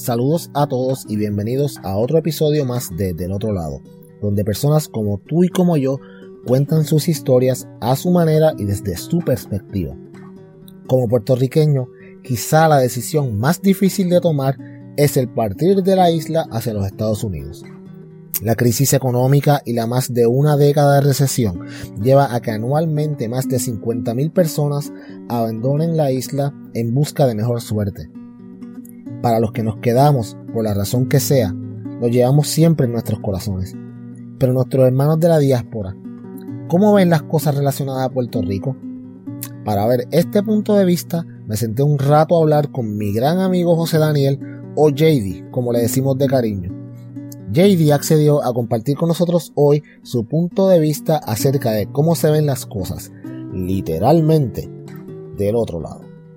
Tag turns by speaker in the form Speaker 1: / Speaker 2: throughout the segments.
Speaker 1: Saludos a todos y bienvenidos a otro episodio más de Del Otro Lado, donde personas como tú y como yo cuentan sus historias a su manera y desde su perspectiva. Como puertorriqueño, quizá la decisión más difícil de tomar es el partir de la isla hacia los Estados Unidos. La crisis económica y la más de una década de recesión lleva a que anualmente más de 50,000 personas abandonen la isla en busca de mejor suerte. Para los que nos quedamos, por la razón que sea, lo llevamos siempre en nuestros corazones. Pero nuestros hermanos de la diáspora, ¿cómo ven las cosas relacionadas a Puerto Rico? Para ver este punto de vista, me senté un rato a hablar con mi gran amigo José Daniel, o JD, como le decimos de cariño. JD accedió a compartir con nosotros hoy su punto de vista acerca de cómo se ven las cosas, literalmente, del otro lado.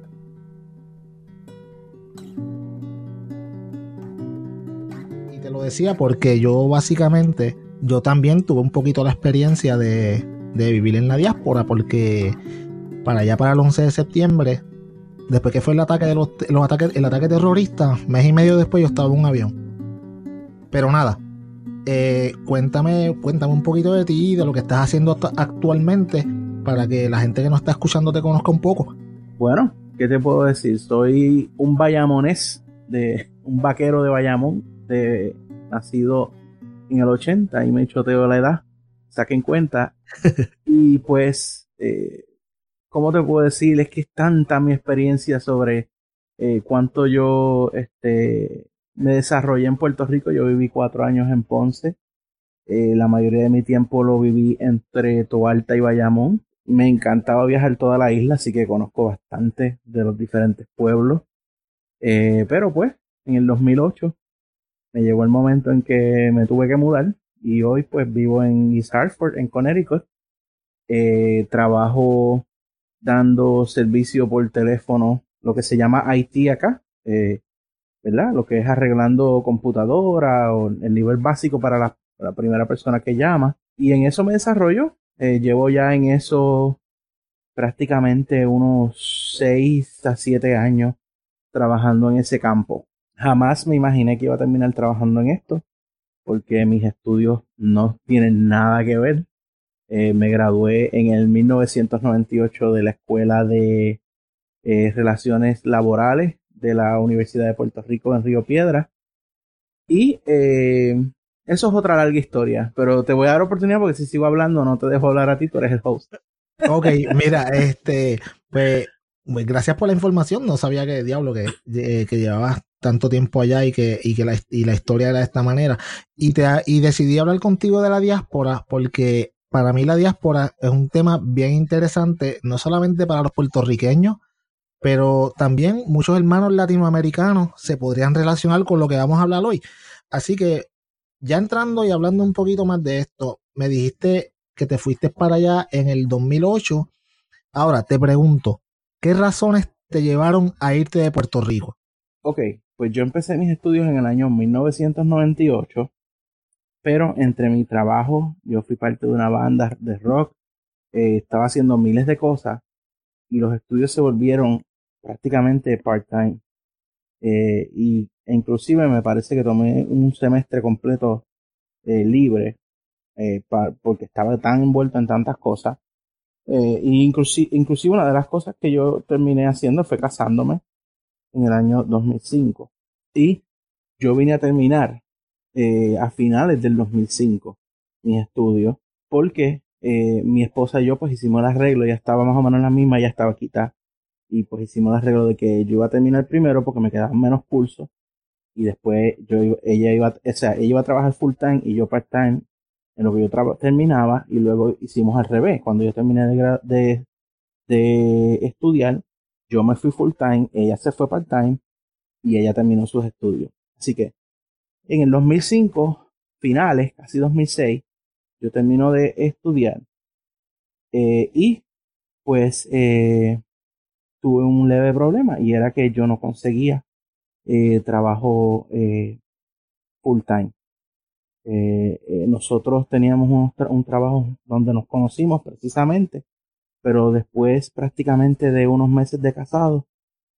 Speaker 1: Y te lo decía porque yo también tuve un poquito la experiencia de vivir en la diáspora, porque para allá para el 11 de septiembre, después que fue el ataque el ataque terrorista, mes y medio después yo estaba en un avión. Pero nada, cuéntame un poquito de ti y de lo que estás haciendo actualmente para que la gente que nos está escuchando te conozca un poco.
Speaker 2: Bueno, ¿qué te puedo decir? Soy un bayamonés, un vaquero de Bayamón, nacido en el 80 y me choteo la edad, saquen cuenta. Y pues, ¿cómo te puedo decir? Es que es tanta mi experiencia sobre cuánto yo me desarrollé en Puerto Rico. Yo viví 4 años en Ponce. La mayoría de mi tiempo lo viví entre Toalta y Bayamón. Me encantaba viajar toda la isla, así que conozco bastante de los diferentes pueblos. Pero pues, en el 2008 me llegó el momento en que me tuve que mudar y hoy pues vivo en East Hartford, en Connecticut. Trabajo dando servicio por teléfono, lo que se llama IT acá, ¿verdad? Lo que es arreglando computadora o el nivel básico para la primera persona que llama. Y en eso me desarrollo. Llevo ya en eso prácticamente unos 6 a 7 años trabajando en ese campo. Jamás me imaginé que iba a terminar trabajando en esto, porque mis estudios no tienen nada que ver. Me gradué en el 1998 de la Escuela de Relaciones Laborales de la Universidad de Puerto Rico en Río Piedras. Y eso es otra larga historia, pero te voy a dar oportunidad porque si sigo hablando no te dejo hablar a ti, tú eres el host.
Speaker 1: Ok, mira, pues gracias por la información. No sabía que diablo que llevabas tanto tiempo allá y que la historia era de esta manera. Y decidí hablar contigo de la diáspora porque para mí la diáspora es un tema bien interesante, no solamente para los puertorriqueños, pero también muchos hermanos latinoamericanos se podrían relacionar con lo que vamos a hablar hoy. Así que ya entrando y hablando un poquito más de esto, me dijiste que te fuiste para allá en el 2008. Ahora te pregunto, ¿qué razones te llevaron a irte de Puerto Rico?
Speaker 2: Ok, pues yo empecé mis estudios en el año 1998, pero entre mi trabajo, yo fui parte de una banda de rock, estaba haciendo miles de cosas y los estudios se volvieron prácticamente part-time. E inclusive me parece que tomé un semestre completo libre porque estaba tan envuelto en tantas cosas. Inclusive una de las cosas que yo terminé haciendo fue casándome en el año 2005. Y yo vine a terminar a finales del 2005 mis estudios porque mi esposa y yo pues hicimos el arreglo, ya estaba más o menos la misma, ya estaba quitada. Y pues hicimos el arreglo de que yo iba a terminar primero porque me quedaban menos cursos y después ella iba a trabajar full time y yo part time en lo que yo terminaba, y luego hicimos al revés. Cuando yo terminé de estudiar, yo me fui full time, ella se fue part time y ella terminó sus estudios. Así que en el 2005, finales, casi 2006, yo termino de estudiar y pues tuve un leve problema y era que yo no conseguía trabajo full time. Nosotros teníamos un trabajo donde nos conocimos precisamente, pero después prácticamente de unos meses de casados,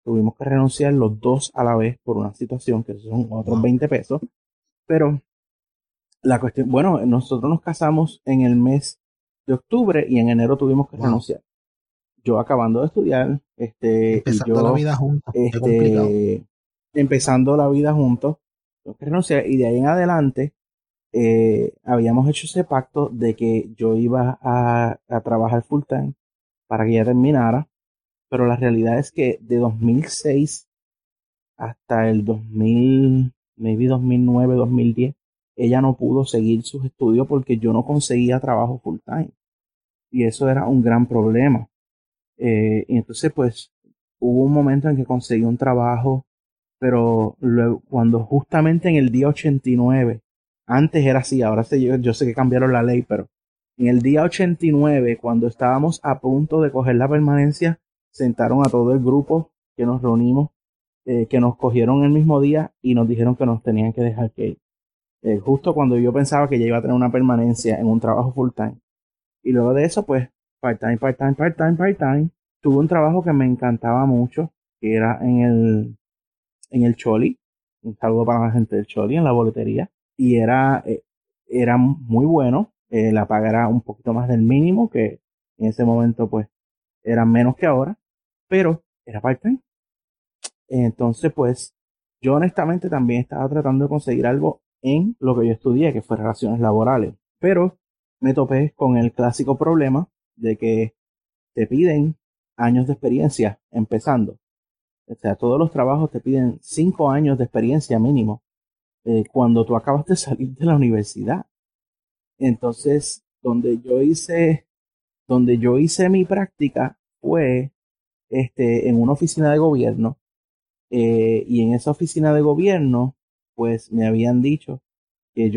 Speaker 2: tuvimos que renunciar los dos a la vez por una situación que son otros 20 pesos. Pero la cuestión, bueno, nosotros nos casamos en el mes de octubre y en enero tuvimos que renunciar. Yo acabando de estudiar,
Speaker 1: empezando la vida juntos, qué complicado.
Speaker 2: Empezando la vida juntos, tengo que renunciar y de ahí en adelante habíamos hecho ese pacto de que yo iba a trabajar full time para que ella terminara, pero la realidad es que de 2006 hasta el 2000, maybe 2009, 2010, ella no pudo seguir sus estudios porque yo no conseguía trabajo full time. Y eso era un gran problema. Y entonces, pues, hubo un momento en que conseguí un trabajo, pero luego, cuando justamente en el día 89, antes era así, ahora yo sé que cambiaron la ley, pero en el día 89, cuando estábamos a punto de coger la permanencia, sentaron a todo el grupo que nos reunimos, que nos cogieron el mismo día y nos dijeron que nos tenían que dejar que ir. Justo cuando yo pensaba que ya iba a tener una permanencia en un trabajo full time. Y luego de eso, pues, part-time, part-time, part-time, part-time. Tuve un trabajo que me encantaba mucho, que era en el Choli. Un saludo para la gente del Choli, en la boletería. Y era muy bueno. La paga era un poquito más del mínimo, que en ese momento, pues, era menos que ahora. Pero era part-time. Entonces, pues, yo honestamente también estaba tratando de conseguir algo en lo que yo estudié, que fue relaciones laborales. Pero me topé con el clásico problema de que te piden años de experiencia empezando. O sea, todos los trabajos te piden 5 años de experiencia mínimo cuando tú acabas de salir de la universidad. Entonces, donde yo hice mi práctica fue en una oficina de gobierno. Y en esa oficina de gobierno, pues me habían dicho que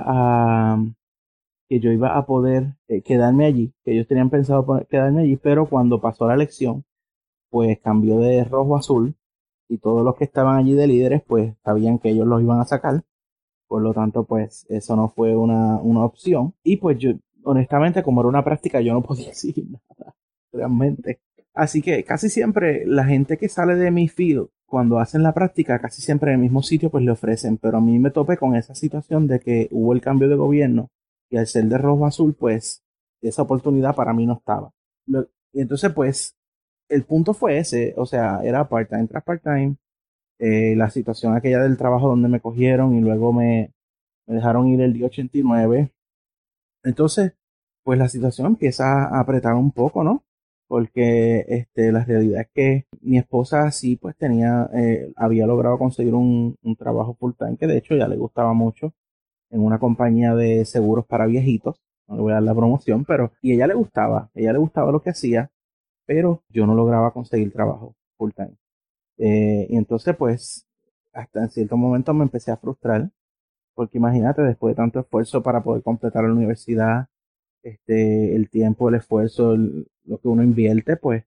Speaker 2: yo iba a poder quedarme allí, que ellos tenían pensado quedarme allí, pero cuando pasó la elección, pues cambió de rojo a azul y todos los que estaban allí de líderes, pues sabían que ellos los iban a sacar, por lo tanto, pues eso no fue una opción. Y pues yo, honestamente, como era una práctica, yo no podía decir nada, realmente. Así que casi siempre la gente que sale de mi field, cuando hacen la práctica, casi siempre en el mismo sitio, pues le ofrecen, pero a mí me topé con esa situación de que hubo el cambio de gobierno y al ser de rojo a azul, pues esa oportunidad para mí no estaba. Y entonces, pues, el punto fue ese, o sea, era part-time tras part-time, la situación aquella del trabajo donde me cogieron y luego me dejaron ir el día 89. Entonces, pues la situación empieza a apretar un poco, ¿no? Porque la realidad es que mi esposa sí, pues había logrado conseguir un trabajo full time, que de hecho ya le gustaba mucho, en una compañía de seguros para viejitos. No le voy a dar la promoción, pero, y ella le gustaba lo que hacía, pero yo no lograba conseguir trabajo full time. Y entonces, pues, hasta en cierto momento me empecé a frustrar, porque imagínate, después de tanto esfuerzo para poder completar la universidad, el tiempo, el esfuerzo, lo que uno invierte, pues,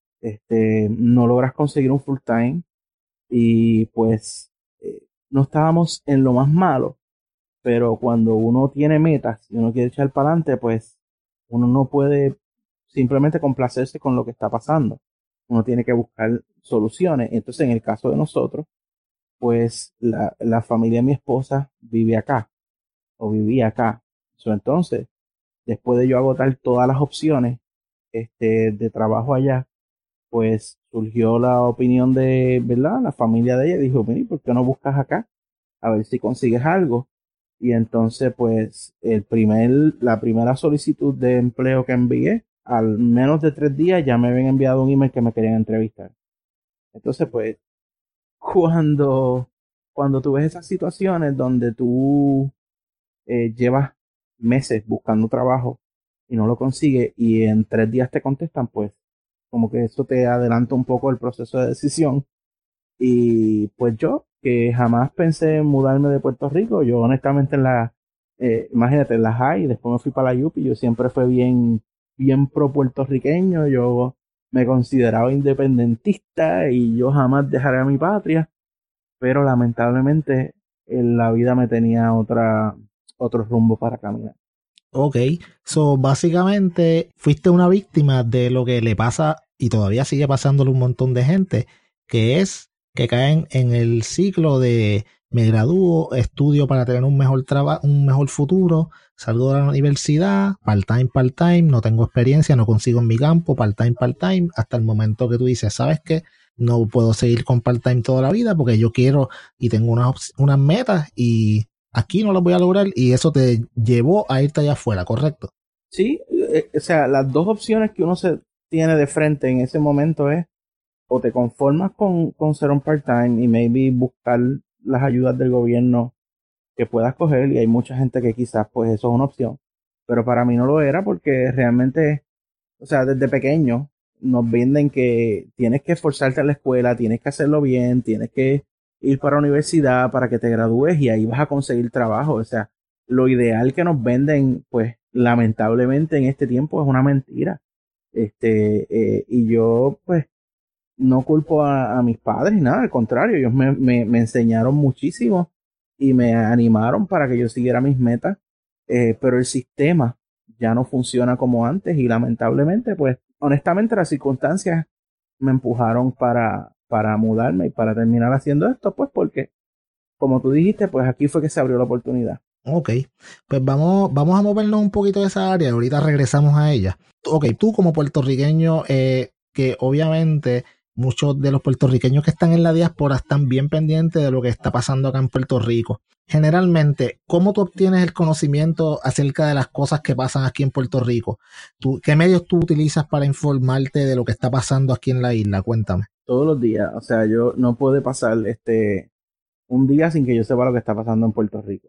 Speaker 2: no logras conseguir un full time y pues no estábamos en lo más malo, pero cuando uno tiene metas y uno quiere echar para adelante, pues uno no puede simplemente complacerse con lo que está pasando. Uno tiene que buscar soluciones. Entonces, en el caso de nosotros, pues la familia de mi esposa vive acá o vivía acá. Entonces, después de yo agotar todas las opciones de trabajo allá, pues surgió la opinión de, ¿verdad? La familia de ella dijo, mira, ¿por qué no buscas acá? A ver si consigues algo. Y entonces, pues, la primera solicitud de empleo que envié, al menos de 3 días ya me habían enviado un email que me querían entrevistar. Entonces, pues, cuando, cuando tú ves esas situaciones donde tú llevas meses buscando trabajo y no lo consigues y en 3 días te contestan, pues como que eso te adelanta un poco el proceso de decisión. Y pues yo, que jamás pensé en mudarme de Puerto Rico, yo honestamente imagínate, en la high, después me fui para la UPI, yo siempre fui bien pro puertorriqueño, yo me consideraba independentista y yo jamás dejaré a mi patria, pero lamentablemente la vida me tenía otro rumbo para caminar.
Speaker 1: Ok, so básicamente fuiste una víctima de lo que le pasa y todavía sigue pasándole a un montón de gente, que caen en el ciclo de me gradúo, estudio para tener un mejor trabajo, un mejor futuro, salgo de la universidad, part-time, no tengo experiencia, no consigo en mi campo, part-time, hasta el momento que tú dices, ¿sabes qué? No puedo seguir con part-time toda la vida porque yo quiero y tengo unas metas y aquí no las voy a lograr y eso te llevó a irte allá afuera, ¿correcto?
Speaker 2: Sí, o sea, las dos opciones que uno se tiene de frente en ese momento es o te conformas con ser un part-time y maybe buscar las ayudas del gobierno que puedas coger, y hay mucha gente que quizás pues eso es una opción, pero para mí no lo era porque realmente, o sea, desde pequeño nos venden que tienes que esforzarte en la escuela, tienes que hacerlo bien, tienes que ir para la universidad para que te gradúes y ahí vas a conseguir trabajo. O sea, lo ideal que nos venden, pues lamentablemente en este tiempo es una mentira. Y yo pues no culpo a mis padres, nada, al contrario, ellos me enseñaron muchísimo y me animaron para que yo siguiera mis metas, pero el sistema ya no funciona como antes y lamentablemente, pues, honestamente las circunstancias me empujaron para mudarme y para terminar haciendo esto, pues porque, como tú dijiste, pues aquí fue que se abrió la oportunidad.
Speaker 1: Ok, pues vamos a movernos un poquito de esa área, ahorita regresamos a ella. Ok, tú como puertorriqueño, que obviamente muchos de los puertorriqueños que están en la diáspora están bien pendientes de lo que está pasando acá en Puerto Rico. Generalmente, ¿cómo tú obtienes el conocimiento acerca de las cosas que pasan aquí en Puerto Rico? ¿Qué medios tú utilizas para informarte de lo que está pasando aquí en la isla? Cuéntame.
Speaker 2: Todos los días, o sea, yo no puedo pasar un día sin que yo sepa lo que está pasando en Puerto Rico.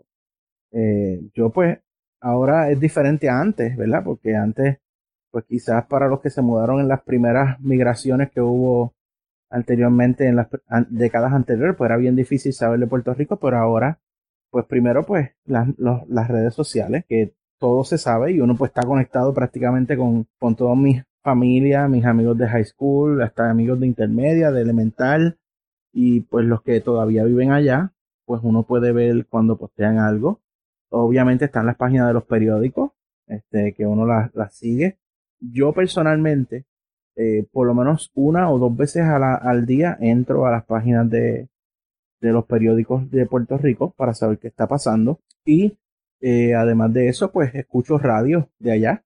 Speaker 2: Yo pues ahora es diferente a antes, ¿verdad? Porque antes, pues quizás para los que se mudaron en las primeras migraciones que hubo anteriormente en las décadas anteriores, pues era bien difícil saber de Puerto Rico, pero ahora, pues primero pues las redes sociales, que todo se sabe y uno pues está conectado prácticamente con toda mi familia, mis amigos de high school, hasta amigos de intermedia, de elemental, y pues los que todavía viven allá, pues uno puede ver cuando postean algo. Obviamente están las páginas de los periódicos, que uno las sigue. Yo personalmente, por lo menos una o dos veces al día entro a las páginas de los periódicos de Puerto Rico para saber qué está pasando. Y además de eso, pues escucho radio de allá,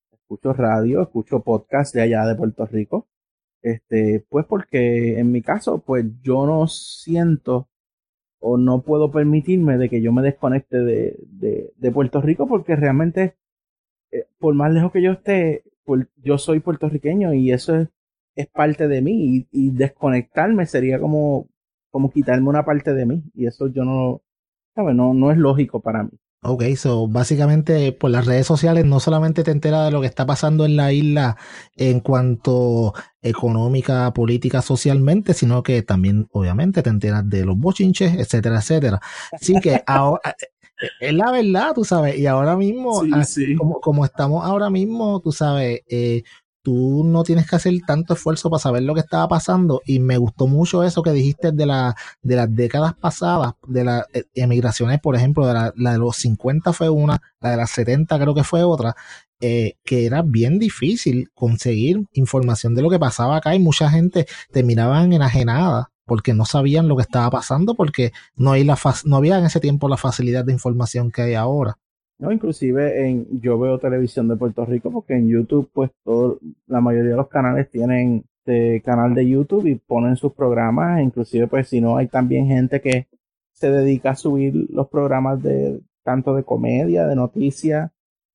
Speaker 2: escucho podcast de allá de Puerto Rico. Pues porque en mi caso, pues yo no siento o no puedo permitirme de que yo me desconecte de Puerto Rico porque realmente, por más lejos que yo esté, pues, yo soy puertorriqueño y eso es parte de mí y desconectarme sería como quitarme una parte de mí y eso yo no, ¿sabes? No es lógico para mí.
Speaker 1: Ok, so básicamente por las redes sociales no solamente te enteras de lo que está pasando en la isla en cuanto económica, política, socialmente, sino que también obviamente te enteras de los bochinches, etcétera, etcétera. Así que ahora es la verdad, tú sabes, y ahora mismo,
Speaker 2: Sí, sí.
Speaker 1: como estamos ahora mismo, tú sabes, tú no tienes que hacer tanto esfuerzo para saber lo que estaba pasando y me gustó mucho eso que dijiste de las décadas pasadas, de las emigraciones, por ejemplo, la de los 50 fue una, la de las 70 creo que fue otra, que era bien difícil conseguir información de lo que pasaba acá y mucha gente te miraban enajenada porque no sabían lo que estaba pasando porque no había en ese tiempo la facilidad de información que hay ahora.
Speaker 2: No, inclusive yo veo televisión de Puerto Rico porque en YouTube, pues la mayoría de los canales tienen canal de YouTube y ponen sus programas, inclusive pues si no hay también gente que se dedica a subir los programas de tanto de comedia, de noticias,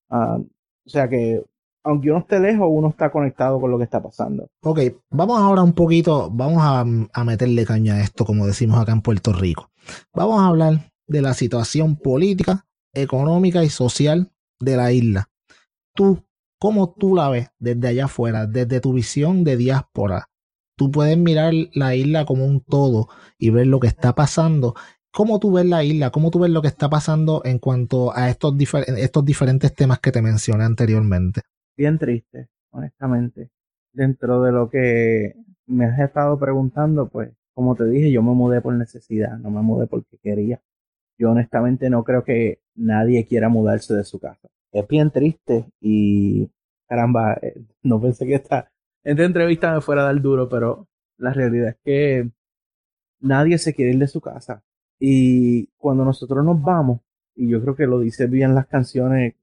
Speaker 2: o sea que aunque uno esté lejos, uno está conectado con lo que está pasando.
Speaker 1: Ok, vamos ahora un poquito, a meterle caña a esto, como decimos acá en Puerto Rico. Vamos a hablar de la situación política, económica y social de la isla. Tú, ¿cómo tú la ves desde allá afuera, desde tu visión de diáspora? Tú puedes mirar la isla como un todo y ver lo que está pasando. ¿Cómo tú ves la isla? ¿Cómo tú ves lo que está pasando en cuanto a estos diferentes temas que te mencioné anteriormente?
Speaker 2: Bien triste, honestamente. Dentro de lo que me has estado preguntando, pues, como te dije, yo me mudé por necesidad, no me mudé porque quería. Yo honestamente no creo que nadie quiera mudarse de su casa. Es bien triste y caramba, no pensé que esta entrevista me fuera a dar duro, pero La realidad es que nadie se quiere ir de su casa. Y cuando nosotros nos vamos, y yo creo que lo dice bien las canciones,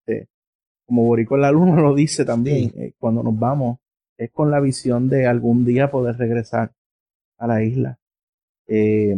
Speaker 2: como Boricua en la Luna lo dice también,
Speaker 1: Sí.
Speaker 2: cuando nos vamos, es con la visión de algún día poder regresar a la isla. Eh,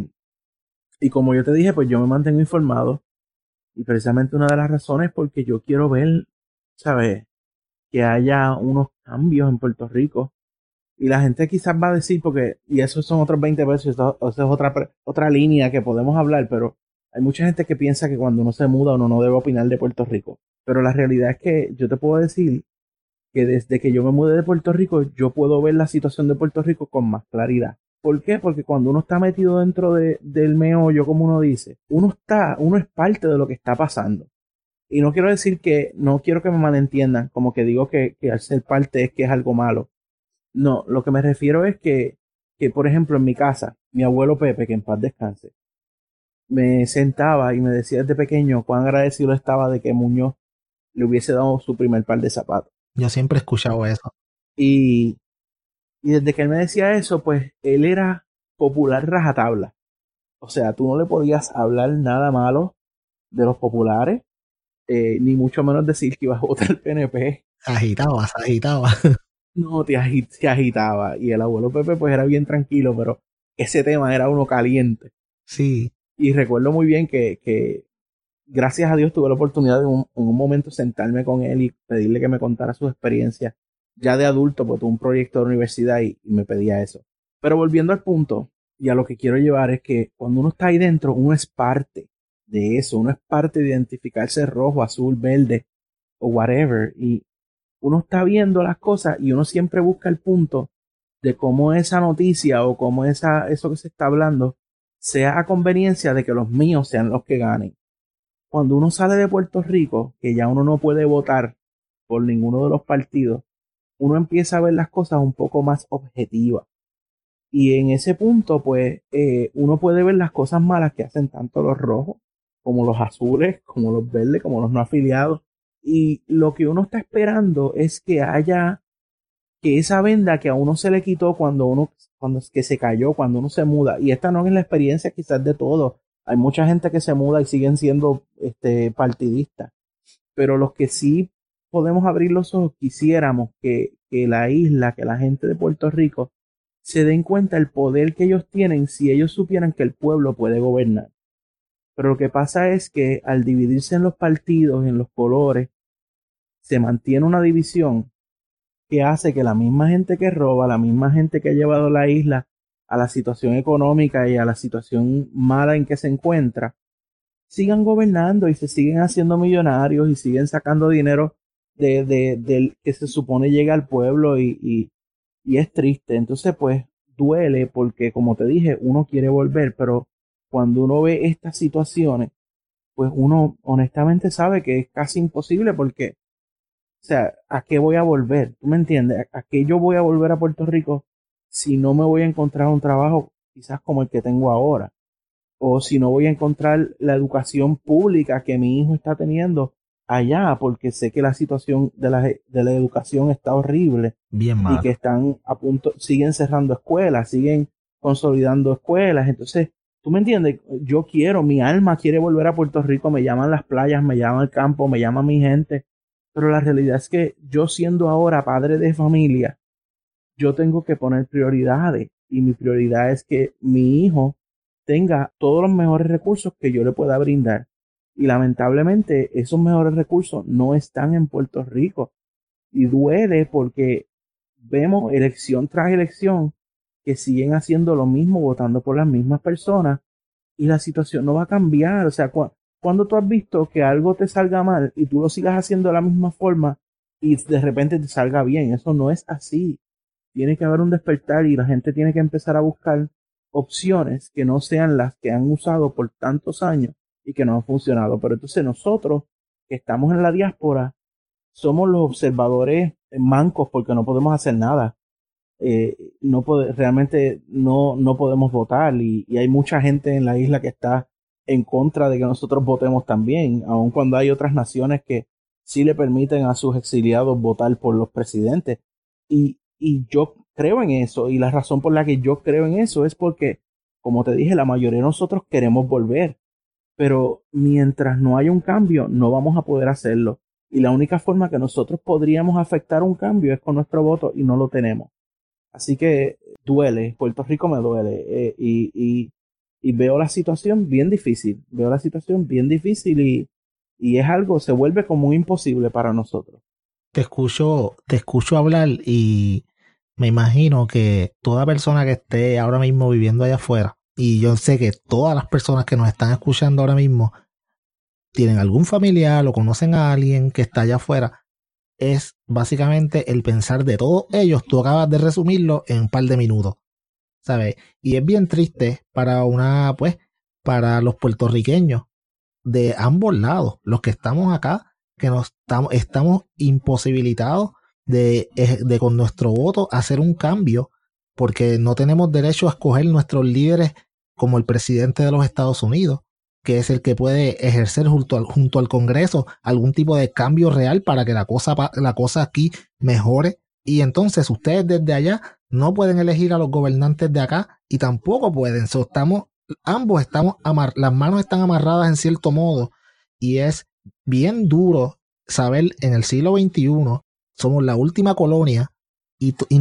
Speaker 2: y como yo te dije, pues yo me mantengo informado. Y precisamente una de las razones es porque yo quiero ver, ¿sabes? Que haya unos cambios en Puerto Rico. Y la gente quizás va a decir, porque, y esos son otros 20 pesos, eso es otra línea que podemos hablar, pero hay mucha gente que piensa que cuando uno se muda uno no debe opinar de Puerto Rico. Pero la realidad es que yo te puedo decir que desde que yo me mudé de Puerto Rico, yo puedo ver la situación de Puerto Rico con más claridad. ¿Por qué? Porque cuando uno está metido dentro del meollo, como uno dice, uno es parte de lo que está pasando. Y no quiero decir que, no quiero que me malentiendan, como que digo que al ser parte es que es algo malo. No, lo que me refiero es que, por ejemplo, en mi casa, mi abuelo Pepe, que en paz descanse, me sentaba y me decía desde pequeño cuán agradecido estaba de que Muñoz le hubiese dado su primer par de zapatos.
Speaker 1: Yo siempre he escuchado eso.
Speaker 2: Y, y desde que él me decía eso, pues él era popular rajatabla. O sea, tú no le podías hablar nada malo de los populares, ni mucho menos decir que ibas a votar el PNP.
Speaker 1: Se agitaba.
Speaker 2: No, te agitaba. Y el abuelo Pepe pues era bien tranquilo, pero ese tema era uno caliente.
Speaker 1: Sí.
Speaker 2: Y recuerdo muy bien que gracias a Dios tuve la oportunidad de en un momento sentarme con él y pedirle que me contara sus experiencias ya de adulto, pues tuve un proyecto de universidad y me pedía eso. Pero volviendo al punto, y a lo que quiero llevar es que cuando uno está ahí dentro, uno es parte de eso, uno es parte de identificarse rojo, azul, verde o whatever. Y uno está viendo las cosas y uno siempre busca el punto de cómo esa noticia o cómo eso que se está hablando sea a conveniencia de que los míos sean los que ganen. Cuando uno sale de Puerto Rico, que ya uno no puede votar por ninguno de los partidos, uno empieza a ver las cosas un poco más objetivas. Y en ese punto, pues, uno puede ver las cosas malas que hacen tanto los rojos, como los azules, como los verdes, como los no afiliados. Y lo que uno está esperando es que haya, que esa venda que a uno se le quitó cuando es que se cayó, cuando uno se muda, y esta no es la experiencia quizás de todos. Hay mucha gente que se muda y siguen siendo partidistas, pero los que sí podemos abrir los ojos, quisiéramos que la isla, que la gente de Puerto Rico se den cuenta el poder que ellos tienen si ellos supieran que el pueblo puede gobernar. Pero lo que pasa es que al dividirse en los partidos, en los colores, se mantiene una división que hace que la misma gente que roba, la misma gente que ha llevado la isla a la situación económica y a la situación mala en que se encuentra, sigan gobernando y se siguen haciendo millonarios y siguen sacando dinero del que se supone llega al pueblo y es triste. Entonces, pues, duele porque, como te dije, uno quiere volver, pero cuando uno ve estas situaciones, pues uno honestamente sabe que es casi imposible porque, o sea, ¿a qué voy a volver? ¿Tú me entiendes? ¿A qué yo voy a volver a Puerto Rico si no me voy a encontrar un trabajo quizás como el que tengo ahora? O si no voy a encontrar la educación pública que mi hijo está teniendo allá, porque sé que la situación de la educación está horrible
Speaker 1: Bien
Speaker 2: y que
Speaker 1: malo.
Speaker 2: están a punto, siguen cerrando escuelas, siguen consolidando escuelas. Entonces, tú me entiendes, yo quiero, mi alma quiere volver a Puerto Rico, me llaman las playas, me llaman el campo, me llama mi gente, pero la realidad es que yo siendo ahora padre de familia, yo tengo que poner prioridades y mi prioridad es que mi hijo tenga todos los mejores recursos que yo le pueda brindar. Y lamentablemente esos mejores recursos no están en Puerto Rico. Y duele porque vemos elección tras elección que siguen haciendo lo mismo, votando por las mismas personas y la situación no va a cambiar. O sea, cuando tú has visto que algo te salga mal y tú lo sigas haciendo de la misma forma y de repente te salga bien, eso no es así. Tiene que haber un despertar y la gente tiene que empezar a buscar opciones que no sean las que han usado por tantos años y que no han funcionado. Pero entonces nosotros que estamos en la diáspora somos los observadores mancos porque no podemos hacer nada. Realmente no podemos votar y hay mucha gente en la isla que está en contra de que nosotros votemos también, aun cuando hay otras naciones que sí le permiten a sus exiliados votar por los presidentes. Y yo creo en eso, y la razón por la que yo creo en eso es porque, como te dije, la mayoría de nosotros queremos volver, pero mientras no haya un cambio, no vamos a poder hacerlo. Y la única forma que nosotros podríamos afectar un cambio es con nuestro voto y no lo tenemos. Así que duele, Puerto Rico me duele, y veo la situación bien difícil, y es algo, se vuelve como un imposible para nosotros.
Speaker 1: Te escucho hablar y me imagino que toda persona que esté ahora mismo viviendo allá afuera, y yo sé que todas las personas que nos están escuchando ahora mismo tienen algún familiar o conocen a alguien que está allá afuera, es básicamente el pensar de todos ellos. Tú acabas de resumirlo en un par de minutos, ¿sabes? Y es bien triste para los puertorriqueños de ambos lados, los que estamos acá, que estamos imposibilitados de con nuestro voto hacer un cambio, porque no tenemos derecho a escoger nuestros líderes como el presidente de los Estados Unidos, que es el que puede ejercer junto al Congreso algún tipo de cambio real para que la cosa aquí mejore. Y entonces ustedes desde allá no pueden elegir a los gobernantes de acá y tampoco pueden. Ambos las manos están amarradas en cierto modo, y es bien duro saber en el siglo XXI somos la última colonia, y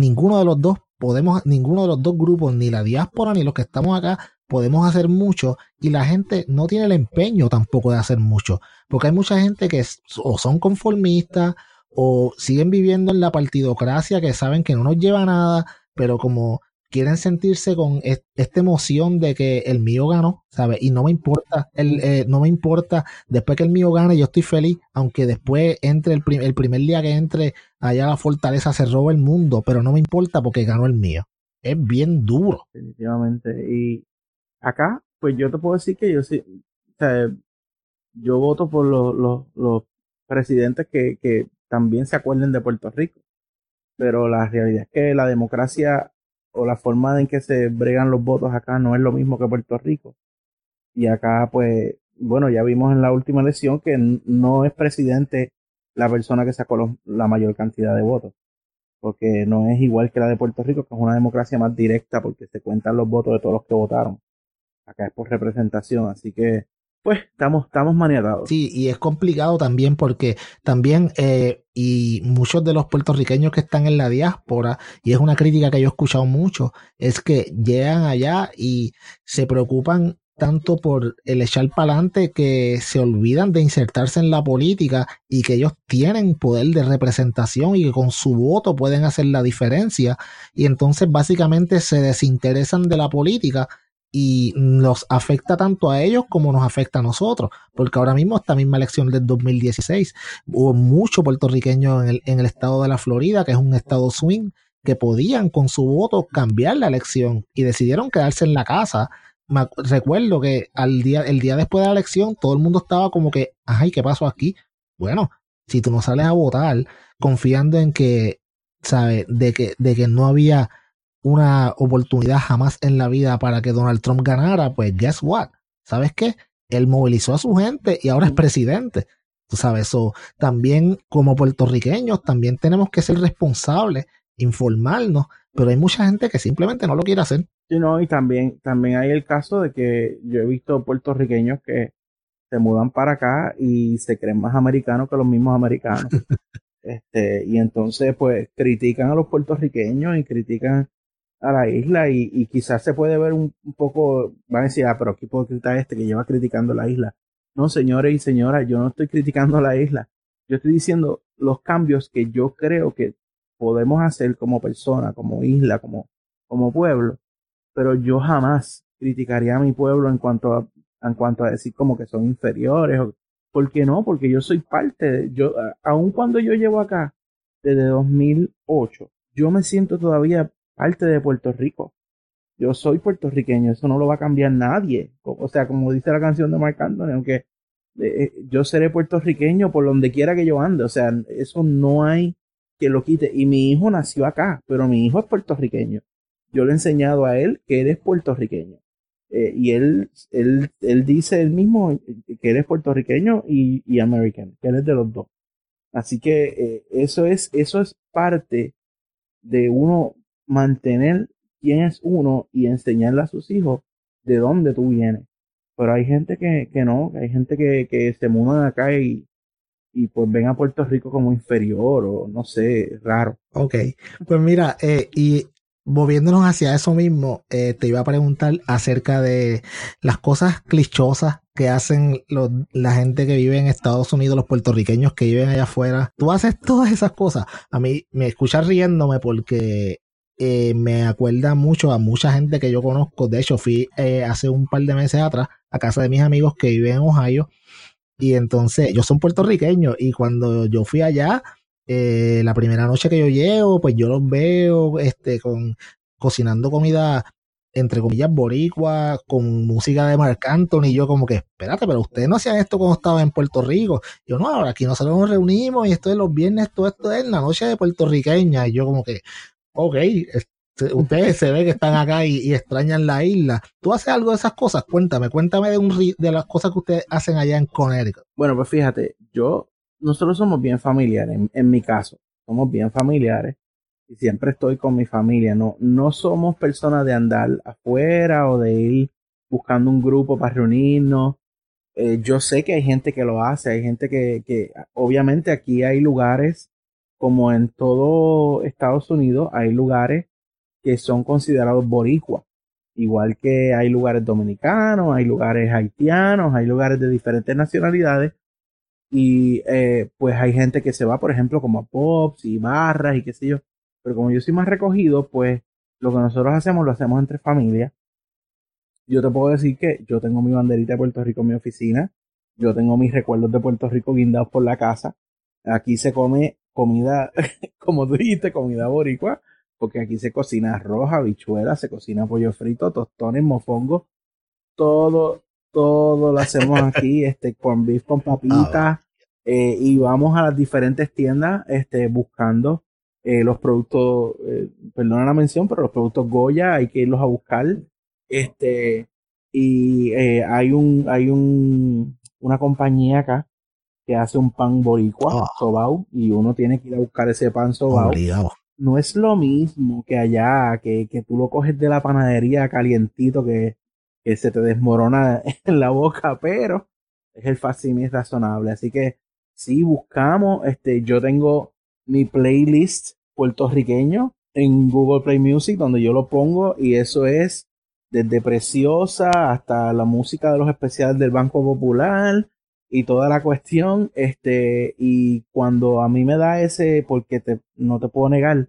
Speaker 1: ninguno de los dos grupos, ni la diáspora ni los que estamos acá, podemos hacer mucho, y la gente no tiene el empeño tampoco de hacer mucho, porque hay mucha gente que o son conformistas o siguen viviendo en la partidocracia, que saben que no nos lleva a nada, pero como quieren sentirse con esta emoción de que el mío ganó, ¿sabes? Y no me importa, no me importa, después que el mío gane, yo estoy feliz, aunque después entre el primer día que entre allá a la fortaleza se roba el mundo, pero no me importa porque ganó el mío. Es bien duro.
Speaker 2: Definitivamente. Y acá, pues yo te puedo decir que yo sí, o sea, yo voto por los presidentes que también se acuerden de Puerto Rico, pero la realidad es que la democracia o la forma en que se bregan los votos acá no es lo mismo que Puerto Rico. Y acá, pues, bueno, ya vimos en la última elección que no es presidente la persona que sacó la mayor cantidad de votos, porque no es igual que la de Puerto Rico, que es una democracia más directa porque se cuentan los votos de todos los que votaron. Acá es por representación, así que, pues, estamos maniatados.
Speaker 1: Sí, y es complicado también porque también, y muchos de los puertorriqueños que están en la diáspora, y es una crítica que yo he escuchado mucho, es que llegan allá y se preocupan tanto por el echar para adelante, que se olvidan de insertarse en la política, y que ellos tienen poder de representación y que con su voto pueden hacer la diferencia, y entonces básicamente se desinteresan de la política y nos afecta tanto a ellos como nos afecta a nosotros, porque ahora mismo esta misma elección del 2016 hubo muchos puertorriqueños en el estado de la Florida, que es un estado swing, que podían con su voto cambiar la elección y decidieron quedarse en la casa. Recuerdo que el día después de la elección todo el mundo estaba como que, ay, ¿qué pasó aquí? Bueno, si tú no sales a votar confiando en que, ¿sabes? De que no había una oportunidad jamás en la vida para que Donald Trump ganara, pues guess what? ¿Sabes qué? Él movilizó a su gente y ahora es presidente. Tú sabes, eso también como puertorriqueños también tenemos que ser responsables, informarnos, pero hay mucha gente que simplemente no lo quiere hacer.
Speaker 2: Sí, no, y también hay el caso de que yo he visto puertorriqueños que se mudan para acá y se creen más americanos que los mismos americanos. Y entonces, pues, critican a los puertorriqueños y critican a la isla, y quizás se puede ver un poco, van a decir, pero qué hipócrita que lleva criticando la isla. No, señores y señoras, yo no estoy criticando la isla. Yo estoy diciendo los cambios que yo creo que podemos hacer como persona, como isla, como pueblo, pero yo jamás criticaría a mi pueblo en cuanto a decir como que son inferiores. ¿Por qué no? Porque yo soy parte aun cuando yo llevo acá desde 2008, yo me siento todavía parte de Puerto Rico. Yo soy puertorriqueño, eso no lo va a cambiar nadie. O sea, como dice la canción de Marc Anthony, aunque yo seré puertorriqueño por donde quiera que yo ande. O sea, eso no hay que lo quite. Y mi hijo nació acá, pero mi hijo es puertorriqueño. Yo le he enseñado a él que él es puertorriqueño. Y él dice él mismo que él es puertorriqueño y americano, que él es de los dos. Así que eso es parte de uno mantener quién es uno y enseñarle a sus hijos de dónde tú vienes. Pero hay gente que no, hay gente que se mudan acá y pues ven a Puerto Rico como inferior o no sé, raro.
Speaker 1: Ok, pues mira, y moviéndonos hacia eso mismo, te iba a preguntar acerca de las cosas clichosas que hacen la gente que vive en Estados Unidos, los puertorriqueños que viven allá afuera. Tú haces todas esas cosas. A mí me escuchas riéndome porque me acuerda mucho a mucha gente que yo conozco. De hecho, fui hace un par de meses atrás a casa de mis amigos que viven en Ohio y entonces ellos son puertorriqueños y cuando yo fui allá, la primera noche que yo llego, pues yo los veo cocinando comida, entre comillas, boricua, con música de Marc Anthony, y yo como que, espérate, pero ustedes no hacían esto cuando estaban en Puerto Rico. Yo, no, ahora aquí nosotros nos reunimos y esto de los viernes, todo esto es la noche de puertorriqueña, y yo como que, ok, ustedes se ve que están acá y extrañan la isla. ¿Tú haces algo de esas cosas? Cuéntame de las cosas que ustedes hacen allá en Connecticut.
Speaker 2: Bueno, pues fíjate, nosotros somos bien familiares, en mi caso, somos bien familiares y siempre estoy con mi familia. No somos personas de andar afuera o de ir buscando un grupo para reunirnos. Yo sé que hay gente que lo hace, hay gente que obviamente aquí hay lugares, como en todo Estados Unidos, hay lugares que son considerados boricuas. Igual que hay lugares dominicanos, hay lugares haitianos, hay lugares de diferentes nacionalidades. Y pues hay gente que se va, por ejemplo, como a pubs y barras y qué sé yo. Pero como yo soy más recogido, pues lo que nosotros hacemos lo hacemos entre familias. Yo te puedo decir que yo tengo mi banderita de Puerto Rico en mi oficina. Yo tengo mis recuerdos de Puerto Rico guindados por la casa. Aquí se come comida, como tú dijiste, comida boricua, porque aquí se cocina arroz, habichuelas, se cocina pollo frito, tostones, mofongo, todo, todo lo hacemos aquí, corn beef con papitas, y vamos a las diferentes tiendas, buscando los productos, perdona la mención, pero los productos Goya hay que irlos a buscar, y una compañía acá que hace un pan boricua, sobao, y uno tiene que ir a buscar ese pan sobao.
Speaker 1: Obligado.
Speaker 2: No es lo mismo que allá, que tú lo coges de la panadería calientito, que se te desmorona en la boca, pero es el fácil y razonable. Así que sí, buscamos, yo tengo mi playlist puertorriqueño en Google Play Music, donde yo lo pongo, y eso es desde Preciosa hasta la música de los especiales del Banco Popular y toda la cuestión, y cuando a mí me da ese, porque no te puedo negar,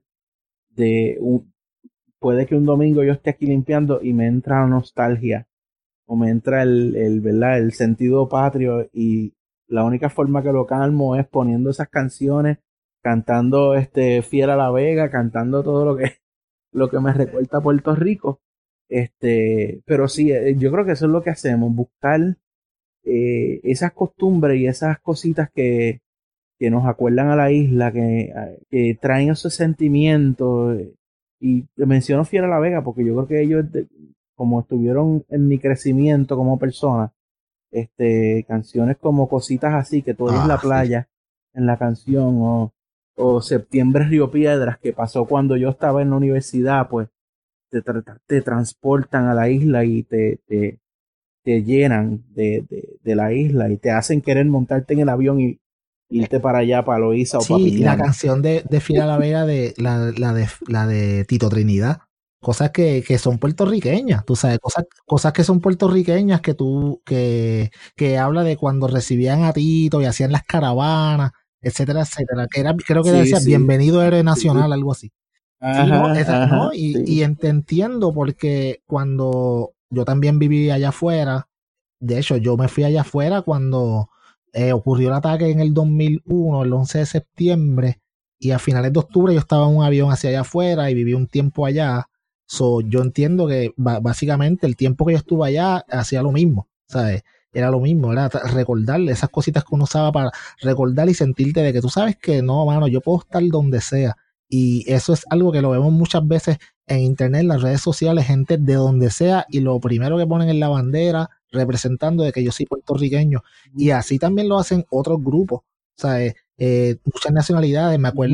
Speaker 2: puede que un domingo yo esté aquí limpiando y me entra la nostalgia o me entra ¿verdad? El sentido patrio, y la única forma que lo calmo es poniendo esas canciones, cantando Fiel a la Vega, cantando todo lo que me recuerda a Puerto Rico. Pero sí, yo creo que eso es lo que hacemos, buscar esas costumbres y esas cositas que nos acuerdan a la isla, que traen esos sentimientos. Y te menciono Fiel a la Vega porque yo creo que ellos, como estuvieron en mi crecimiento como persona, canciones como Cositas Así, que tú oyes la playa en la canción, o Septiembre Río Piedras, que pasó cuando yo estaba en la universidad, pues te transportan a la isla y te llenan de la isla y te hacen querer montarte en el avión y irte para allá, para Loíza o para
Speaker 1: Sí, y la
Speaker 2: Piñón.
Speaker 1: canción de Fiel a la Vega, la de Tito Trinidad, cosas que son puertorriqueñas, tú sabes, cosas que son puertorriqueñas que habla de cuando recibían a Tito y hacían las caravanas, etcétera, etcétera, creo que
Speaker 2: Sí,
Speaker 1: decía
Speaker 2: sí,
Speaker 1: Bienvenido Héroe Nacional,
Speaker 2: sí.
Speaker 1: algo así. Sí, no,
Speaker 2: Ajá, sí.
Speaker 1: te entiendo porque cuando yo también viví allá afuera, de hecho, yo me fui allá afuera cuando ocurrió el ataque en el 2001, el 11 de septiembre, y a finales de octubre yo estaba en un avión hacia allá afuera y viví un tiempo allá. So, yo entiendo que básicamente el tiempo que yo estuve allá hacía lo mismo, ¿sabes? Era lo mismo, era recordar esas cositas que uno usaba para recordar y sentirte de que tú sabes que no, mano, yo puedo estar donde sea. Y eso es algo que lo vemos muchas veces en internet, en las redes sociales, gente de donde sea, y lo primero que ponen en la bandera, representando de que yo soy puertorriqueño. Y así también lo hacen otros grupos, ¿sabes? Muchas nacionalidades. Me acuerdo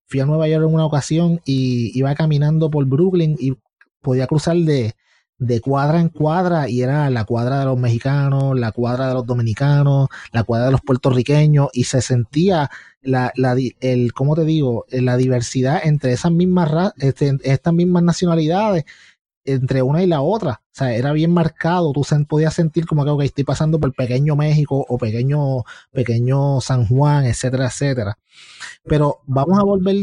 Speaker 1: fui a Nueva York en una ocasión y iba caminando por Brooklyn y podía cruzar de cuadra en cuadra y era la cuadra de los mexicanos, la cuadra de los dominicanos, la cuadra de los puertorriqueños y se sentía ¿cómo te digo? La diversidad entre esas mismas estas mismas nacionalidades entre una y la otra. O sea, era bien marcado. Tú podías sentir como que okay, estoy pasando por pequeño México o pequeño San Juan, etcétera, etcétera. Pero vamos a volver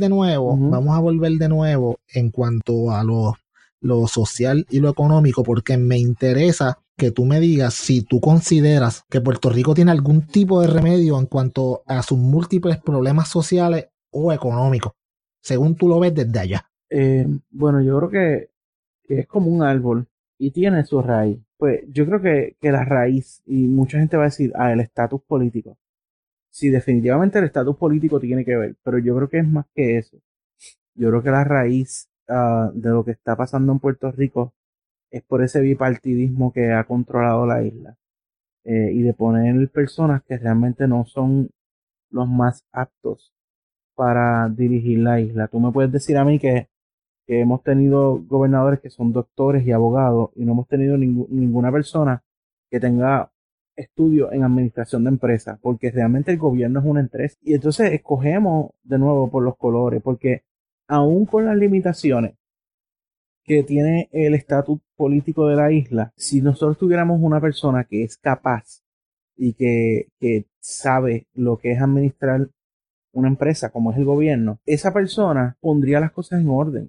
Speaker 1: de nuevo en cuanto a lo social y lo económico, porque me interesa que tú me digas si tú consideras que Puerto Rico tiene algún tipo de remedio en cuanto a sus múltiples problemas sociales o económicos, según tú lo ves desde allá.
Speaker 2: Bueno, yo creo que es como un árbol y tiene su raíz. Pues yo creo que la raíz, y mucha gente va a decir, el estatus político. Sí, definitivamente el estatus político tiene que ver, pero yo creo que es más que eso. Yo creo que la raíz de lo que está pasando en Puerto Rico es por ese bipartidismo que ha controlado la isla y de poner personas que realmente no son los más aptos para dirigir la isla. Tú me puedes decir a mí que hemos tenido gobernadores que son doctores y abogados y no hemos tenido ninguna persona que tenga estudio en administración de empresas, porque realmente el gobierno es una empresa. Y entonces escogemos de nuevo por los colores, porque aún con las limitaciones que tiene el estatus político de la isla, si nosotros tuviéramos una persona que es capaz y que sabe lo que es administrar una empresa como es el gobierno, esa persona pondría las cosas en orden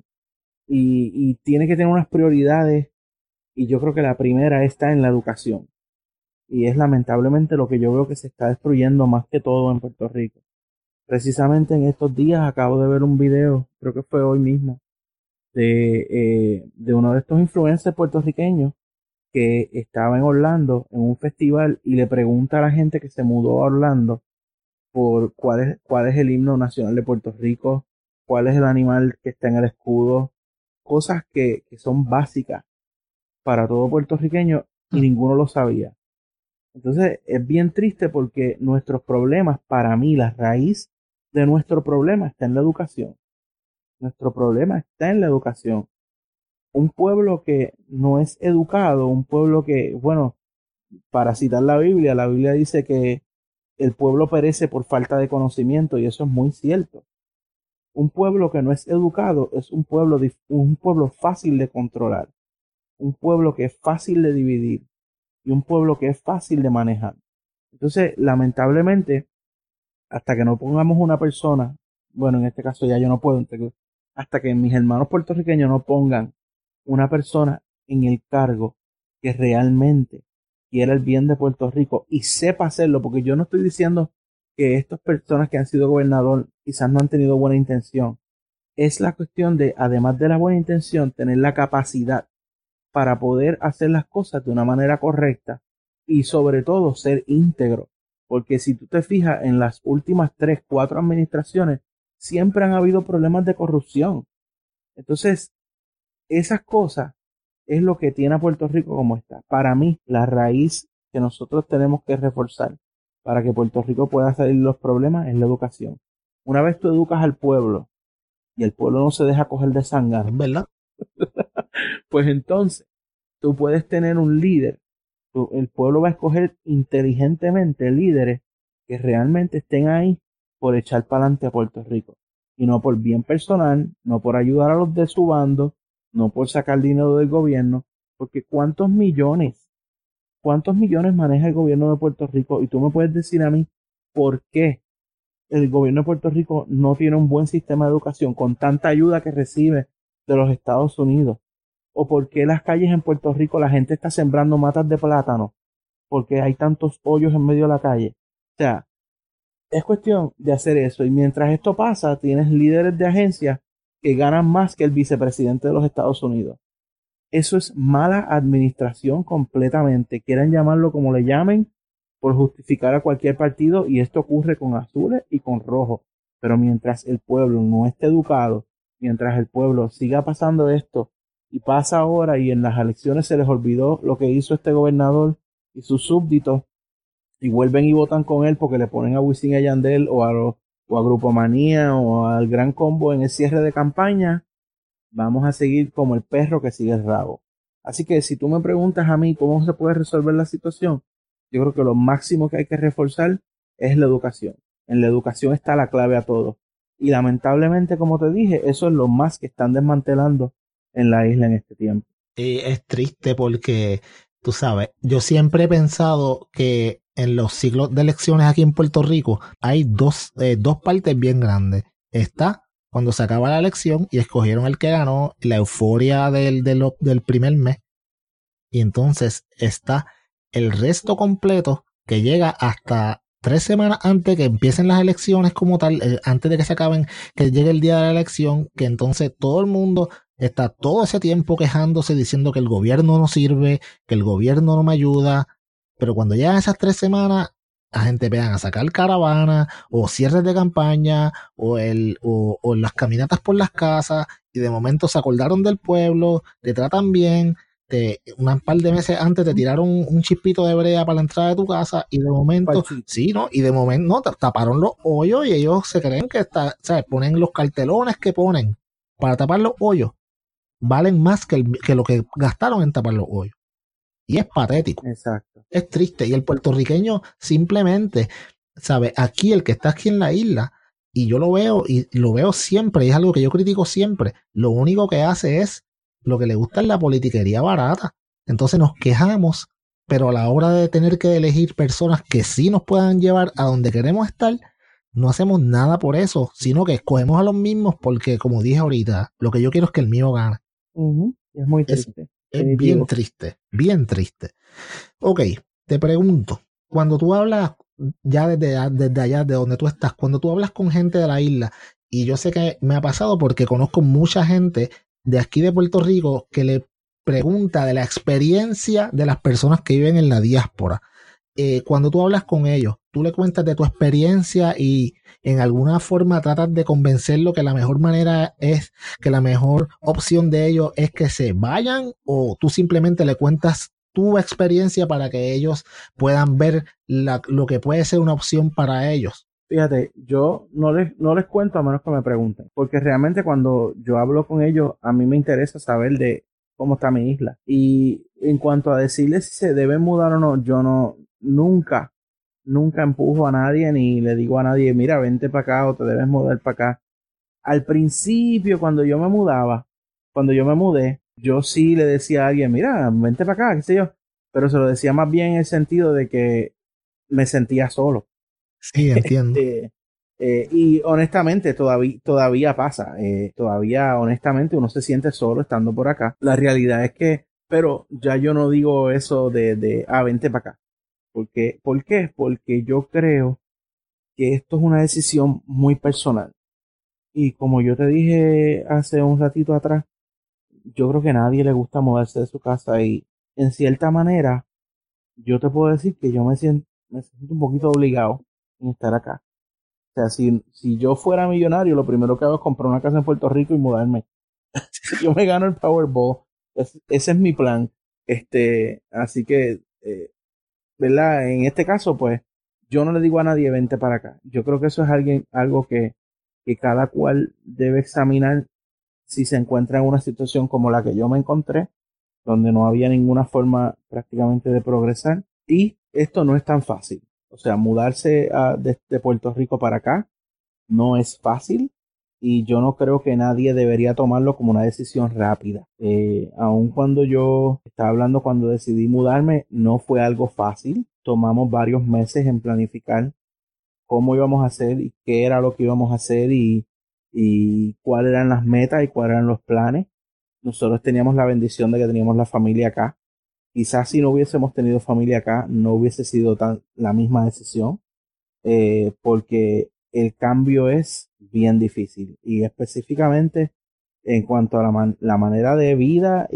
Speaker 2: y tiene que tener unas prioridades y yo creo que la primera está en la educación y es lamentablemente lo que yo veo que se está destruyendo más que todo en Puerto Rico. Precisamente en estos días acabo de ver un video, creo que fue hoy mismo, de uno de estos influencers puertorriqueños que estaba en Orlando en un festival y le pregunta a la gente que se mudó a Orlando por cuál es el himno nacional de Puerto Rico, cuál es el animal que está en el escudo, cosas que son básicas para todo puertorriqueño y ninguno lo sabía. Entonces es bien triste porque nuestros problemas, para mí, la raíz de nuestro problema está en la educación. Nuestro problema está en la educación. Un pueblo que no es educado, un pueblo que, bueno, para citar la Biblia dice que el pueblo perece por falta de conocimiento y eso es muy cierto. Un pueblo que no es educado es un pueblo fácil de controlar, un pueblo que es fácil de dividir y un pueblo que es fácil de manejar. Entonces, lamentablemente, hasta que no pongamos una persona, bueno, en este caso ya yo no puedo, hasta que mis hermanos puertorriqueños no pongan una persona en el cargo que realmente quiera el bien de Puerto Rico y sepa hacerlo, porque yo no estoy diciendo que estas personas que han sido gobernador quizás no han tenido buena intención. Es la cuestión de, además de la buena intención, tener la capacidad para poder hacer las cosas de una manera correcta y sobre todo ser íntegro. Porque si tú te fijas en las últimas 3, 4 administraciones, siempre han habido problemas de corrupción. Entonces, esas cosas es lo que tiene a Puerto Rico como está. Para mí, la raíz que nosotros tenemos que reforzar para que Puerto Rico pueda salir de los problemas es la educación. Una vez tú educas al pueblo y el pueblo no se deja coger de sangre,
Speaker 1: ¿verdad?
Speaker 2: Pues entonces tú puedes tener un líder. El pueblo va a escoger inteligentemente líderes que realmente estén ahí por echar para adelante a Puerto Rico. Y no por bien personal, no por ayudar a los de su bando, no por sacar dinero del gobierno, porque ¿cuántos millones maneja el gobierno de Puerto Rico? Y tú me puedes decir a mí por qué el gobierno de Puerto Rico no tiene un buen sistema de educación con tanta ayuda que recibe de los Estados Unidos. O por qué las calles en Puerto Rico la gente está sembrando matas de plátano, porque hay tantos hoyos en medio de la calle. O sea, es cuestión de hacer eso. Y mientras esto pasa, tienes líderes de agencias que ganan más que el vicepresidente de los Estados Unidos. Eso es mala administración completamente. Quieran llamarlo como le llamen, por justificar a cualquier partido, y esto ocurre con azules y con rojos. Pero mientras el pueblo no esté educado, mientras el pueblo siga pasando esto, y pasa ahora y en las elecciones se les olvidó lo que hizo este gobernador y sus súbditos, y vuelven y votan con él porque le ponen a Wisin y a Yandel o o a Grupo Manía o al Gran Combo en el cierre de campaña, vamos a seguir como el perro que sigue el rabo. Así que si tú me preguntas a mí cómo se puede resolver la situación, yo creo que lo máximo que hay que reforzar es la educación. En la educación está la clave a todo. Y lamentablemente, como te dije, eso es lo más que están desmantelando en la isla en este tiempo.
Speaker 1: Y es triste porque, tú sabes, yo siempre he pensado que en los ciclos de elecciones aquí en Puerto Rico hay dos partes bien grandes. Está cuando se acaba la elección y escogieron el que ganó, la euforia del primer mes. Y entonces está el resto completo que llega hasta 3 semanas antes que empiecen las elecciones como tal, antes de que se acaben, que llegue el día de la elección, que entonces todo el mundo está todo ese tiempo quejándose, diciendo que el gobierno no sirve, que el gobierno no me ayuda, pero cuando llegan esas 3 semanas, la gente vean a sacar caravana, o cierres de campaña, o las caminatas por las casas, y de momento se acordaron del pueblo, te tratan bien, un par de meses antes te tiraron un chispito de brea para la entrada de tu casa y de momento,
Speaker 2: Parchito.
Speaker 1: sí, ¿no? Y de momento, no, taparon los hoyos y ellos se creen que ¿sabes? Ponen los cartelones que ponen para tapar los hoyos, valen más que lo que gastaron en tapar los hoyos. Y es patético.
Speaker 2: Exacto.
Speaker 1: Es triste. Y el puertorriqueño simplemente, ¿sabes? Aquí, el que está aquí en la isla, y yo lo veo, y lo veo siempre, y es algo que yo critico siempre, lo único que hace es, lo que le gusta es la politiquería barata. Entonces nos quejamos, pero a la hora de tener que elegir personas que sí nos puedan llevar a donde queremos estar, no hacemos nada por eso, sino que escogemos a los mismos porque, como dije ahorita, lo que yo quiero es que el mío gane.
Speaker 2: Es muy
Speaker 1: Es,
Speaker 2: triste.
Speaker 1: es bien triste, bien triste. Ok, te pregunto, cuando tú hablas ya desde allá, de donde tú estás, cuando tú hablas con gente de la isla, y yo sé que me ha pasado porque conozco mucha gente de aquí de Puerto Rico que le pregunta de la experiencia de las personas que viven en la diáspora. Cuando tú hablas con ellos, tú le cuentas de tu experiencia y en alguna forma tratas de convencerlo que la mejor manera es, que la mejor opción de ellos es que se vayan, o tú simplemente le cuentas tu experiencia para que ellos puedan ver lo que puede ser una opción para ellos.
Speaker 2: Fíjate, yo no les cuento a menos que me pregunten, porque realmente cuando yo hablo con ellos, a mí me interesa saber de cómo está mi isla. Y en cuanto a decirles si se deben mudar o no, yo nunca empujo a nadie ni le digo a nadie, mira, vente para acá o te debes mudar para acá. Al principio, cuando yo me mudé, yo sí le decía a alguien, mira, vente para acá, qué sé yo, pero se lo decía más bien en el sentido de que me sentía solo.
Speaker 1: Sí, entiendo.
Speaker 2: Y honestamente todavía pasa, todavía honestamente uno se siente solo estando por acá. La realidad es que, pero ya yo no digo eso vente para acá. ¿Por qué? Porque yo creo que esto es una decisión muy personal. Y como yo te dije hace un ratito atrás, yo creo que a nadie le gusta mudarse de su casa y en cierta manera yo te puedo decir que me siento un poquito obligado en estar acá. O sea, si yo fuera millonario, lo primero que hago es comprar una casa en Puerto Rico y mudarme. Si yo me gano el Powerball, ese es mi plan. Así que, ¿verdad? En este caso, pues, yo no le digo a nadie vente para acá. Yo creo que eso es algo que cada cual debe examinar si se encuentra en una situación como la que yo me encontré, donde no había ninguna forma prácticamente de progresar. Y esto no es tan fácil. O sea, mudarse de Puerto Rico para acá no es fácil y yo no creo que nadie debería tomarlo como una decisión rápida. Aun cuando yo estaba hablando, cuando decidí mudarme, no fue algo fácil. Tomamos varios meses en planificar cómo íbamos a hacer y qué era lo que íbamos a hacer y cuáles eran las metas y cuáles eran los planes. Nosotros teníamos la bendición de que teníamos la familia acá. Quizás si no hubiésemos tenido familia acá, no hubiese sido la misma decisión, porque el cambio es bien difícil y específicamente en cuanto a la manera de vida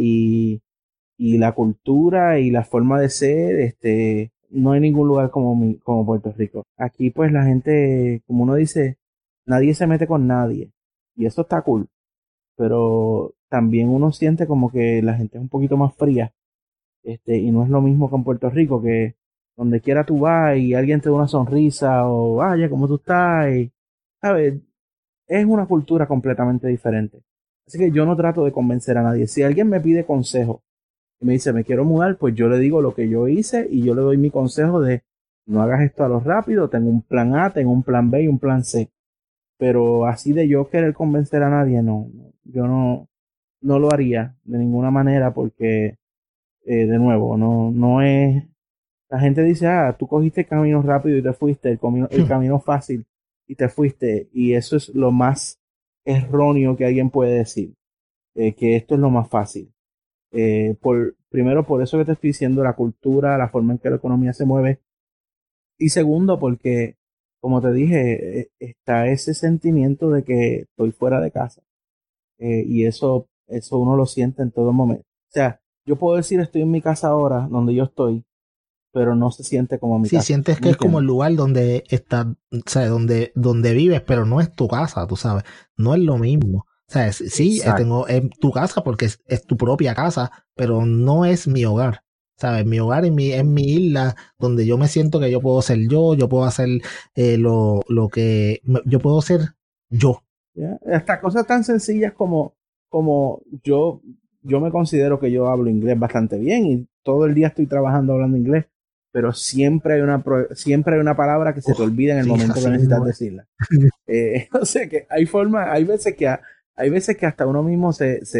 Speaker 2: y la cultura y la forma de ser, no hay ningún lugar como Puerto Rico. Aquí pues la gente, como uno dice, nadie se mete con nadie y eso está cool, pero también uno siente como que la gente es un poquito más fría, y no es lo mismo que en Puerto Rico, que donde quiera tú vas y alguien te da una sonrisa o vaya, ¿cómo tú estás? ¿sabes? Es una cultura completamente diferente. Así que yo no trato de convencer a nadie. Si alguien me pide consejo y me dice, me quiero mudar, pues yo le digo lo que yo hice y yo le doy mi consejo de no hagas esto a lo rápido, tengo un plan A, tengo un plan B y un plan C. Pero así de yo querer convencer a nadie, yo no lo haría de ninguna manera porque, de nuevo, no es, la gente dice, tú cogiste el camino rápido y te fuiste, el camino fácil y te fuiste, y eso es lo más erróneo que alguien puede decir, que esto es lo más fácil. Primero, por eso que te estoy diciendo, la cultura, la forma en que la economía se mueve, y segundo, porque, como te dije, está ese sentimiento de que estoy fuera de casa. Y eso uno lo siente en todo momento. O sea, yo puedo decir estoy en mi casa ahora, donde yo estoy, pero no se siente como mi
Speaker 1: Sí,
Speaker 2: casa.
Speaker 1: sientes
Speaker 2: ¿Me
Speaker 1: que es como el
Speaker 2: entiendes?
Speaker 1: lugar donde estás, o sea, donde vives, pero no es tu casa, tú sabes. No es lo mismo. O sea, sí,
Speaker 2: Exacto.
Speaker 1: tengo es tu casa porque es tu propia casa, pero no es mi hogar. ¿Sabes? Mi hogar es mi isla donde yo me siento que yo puedo ser yo puedo hacer lo que yo puedo ser yo.
Speaker 2: ¿Ya? Hasta cosas tan sencillas como yo me considero que yo hablo inglés bastante bien y todo el día estoy trabajando hablando inglés, pero siempre hay una palabra que se te
Speaker 1: Uf,
Speaker 2: olvida en el
Speaker 1: sí,
Speaker 2: momento que
Speaker 1: así
Speaker 2: necesitas
Speaker 1: mismo es.
Speaker 2: decirla. O sea que hay veces que hasta uno mismo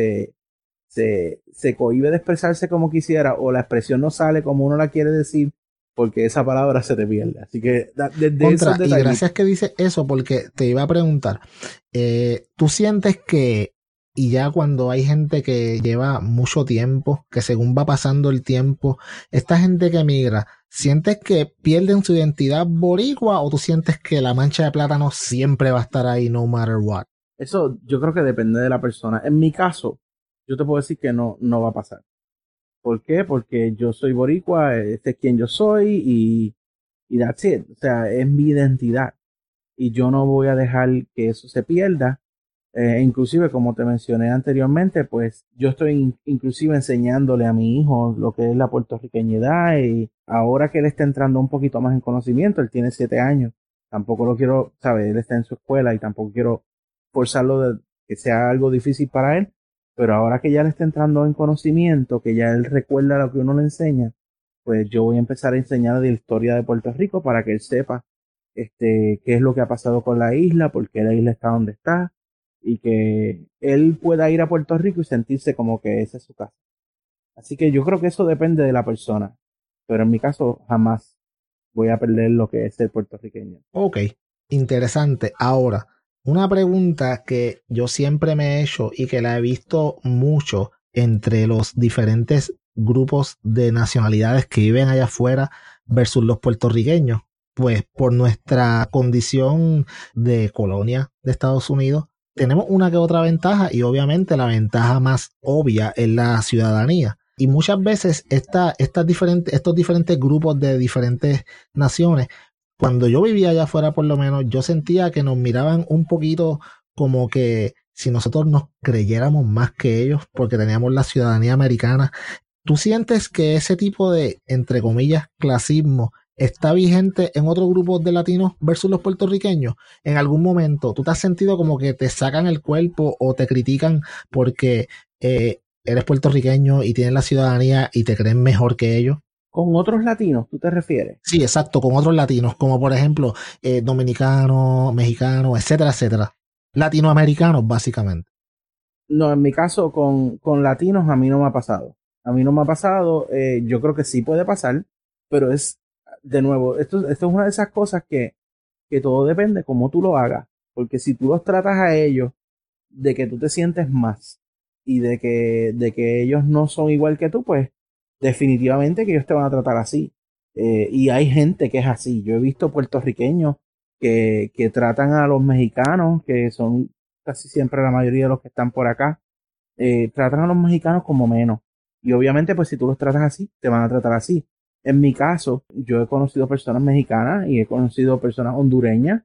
Speaker 2: se cohíbe de expresarse como quisiera o la expresión no sale como uno la quiere decir porque esa palabra se te pierde. Así que desde esos
Speaker 1: Contra, y
Speaker 2: detallitos.
Speaker 1: gracias que dices eso porque te iba a preguntar, ¿tú sientes que, y ya cuando hay gente que lleva mucho tiempo, que según va pasando el tiempo, esta gente que migra, ¿sientes que pierden su identidad boricua o tú sientes que la mancha de plátano siempre va a estar ahí no matter what?
Speaker 2: Eso yo creo que depende de la persona. En mi caso, yo te puedo decir que no va a pasar. ¿Por qué? Porque yo soy boricua, este es quien yo soy y that's it. O sea, es mi identidad. Y yo no voy a dejar que eso se pierda. Inclusive, como te mencioné anteriormente, pues yo estoy inclusive enseñándole a mi hijo lo que es la puertorriqueñidad y ahora que él está entrando un poquito más en conocimiento, él tiene 7 años, tampoco lo quiero, ¿sabes? Él está en su escuela y tampoco quiero forzarlo de que sea algo difícil para él, pero ahora que ya le está entrando en conocimiento, que ya él recuerda lo que uno le enseña, pues yo voy a empezar a enseñar de la historia de Puerto Rico para que él sepa qué es lo que ha pasado con la isla, por qué la isla está donde está y que él pueda ir a Puerto Rico y sentirse como que esa es su casa. Así que yo creo que eso depende de la persona, pero en mi caso jamás voy a perder lo que es ser puertorriqueño.
Speaker 1: Ok, interesante. Ahora, una pregunta que yo siempre me he hecho y que la he visto mucho entre los diferentes grupos de nacionalidades que viven allá afuera versus los puertorriqueños. Pues por nuestra condición de colonia de Estados Unidos, tenemos una que otra ventaja y obviamente la ventaja más obvia es la ciudadanía. Y muchas veces estos diferentes grupos de diferentes naciones cuando yo vivía allá afuera, por lo menos, yo sentía que nos miraban un poquito como que si nosotros nos creyéramos más que ellos porque teníamos la ciudadanía americana. ¿Tú sientes que ese tipo de, entre comillas, clasismo está vigente en otros grupos de latinos versus los puertorriqueños? En algún momento, ¿tú te has sentido como que te sacan el cuerpo o te critican porque eres puertorriqueño y tienes la ciudadanía y te creen mejor que ellos?
Speaker 2: ¿Con otros latinos tú te refieres?
Speaker 1: Sí, exacto, con otros latinos, como por ejemplo dominicanos, mexicanos, etcétera, etcétera. Latinoamericanos, básicamente.
Speaker 2: No, en mi caso con latinos a mí no me ha pasado. A mí no me ha pasado, yo creo que sí puede pasar, pero es, de nuevo, esto es una de esas cosas que todo depende cómo tú lo hagas, porque si tú los tratas a ellos de que tú te sientes más y de que ellos no son igual que tú, pues definitivamente que ellos te van a tratar así. Y hay gente que es así. Yo he visto puertorriqueños que tratan a los mexicanos, que son casi siempre la mayoría de los que están por acá, tratan a los mexicanos como menos. Y obviamente, pues si tú los tratas así, te van a tratar así. En mi caso, yo he conocido personas mexicanas y he conocido personas hondureñas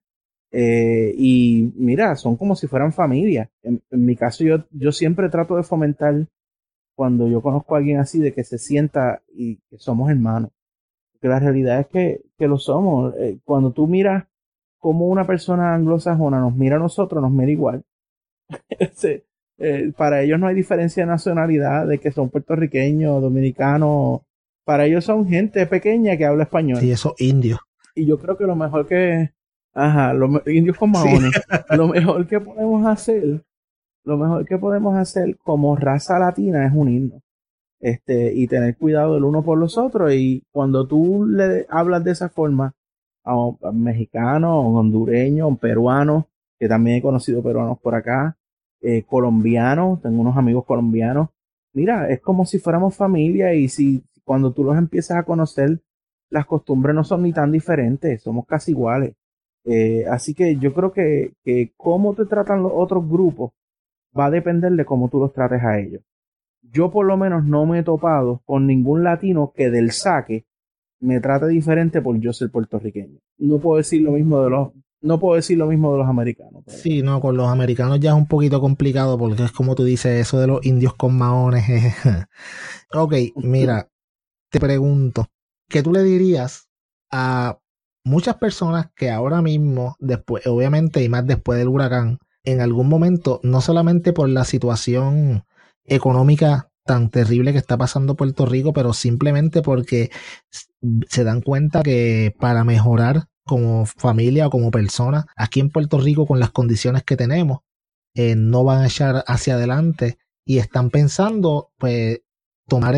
Speaker 2: y mira, son como si fueran familia. En mi caso, yo siempre trato de fomentar cuando yo conozco a alguien así, de que se sienta y que somos hermanos. Porque la realidad es que lo somos. Cuando tú miras como una persona anglosajona nos mira a nosotros, nos mira igual. Sí, para ellos no hay diferencia de nacionalidad, de que son puertorriqueños, dominicanos. Para ellos son gente pequeña que habla español.
Speaker 1: Sí, esos indios.
Speaker 2: Y yo creo que lo mejor que... Ajá, indios con
Speaker 1: Sí.
Speaker 2: maones. Lo mejor que podemos hacer, lo mejor que podemos hacer como raza latina es unirnos. Y tener cuidado el uno por los otros. Y cuando tú le hablas de esa forma a un mexicano, a un hondureño, a un peruano, que también he conocido peruanos por acá, colombianos, tengo unos amigos colombianos, mira, es como si fuéramos familia y si cuando tú los empiezas a conocer, las costumbres no son ni tan diferentes, somos casi iguales. Así que yo creo que cómo te tratan los otros grupos va a depender de cómo tú los trates a ellos. Yo por lo menos no me he topado con ningún latino que del saque me trate diferente por yo ser puertorriqueño. No puedo decir lo mismo de los americanos. Pero...
Speaker 1: Sí, no, con los americanos ya es un poquito complicado porque es como tú dices, eso de los indios con maones. Ok, mira, te pregunto, ¿qué tú le dirías a muchas personas que ahora mismo, después, obviamente, y más después del huracán, en algún momento, no solamente por la situación económica tan terrible que está pasando Puerto Rico, pero simplemente porque se dan cuenta que para mejorar como familia o como persona aquí en Puerto Rico con las condiciones que tenemos, no van a echar hacia adelante y están pensando, pues, tomar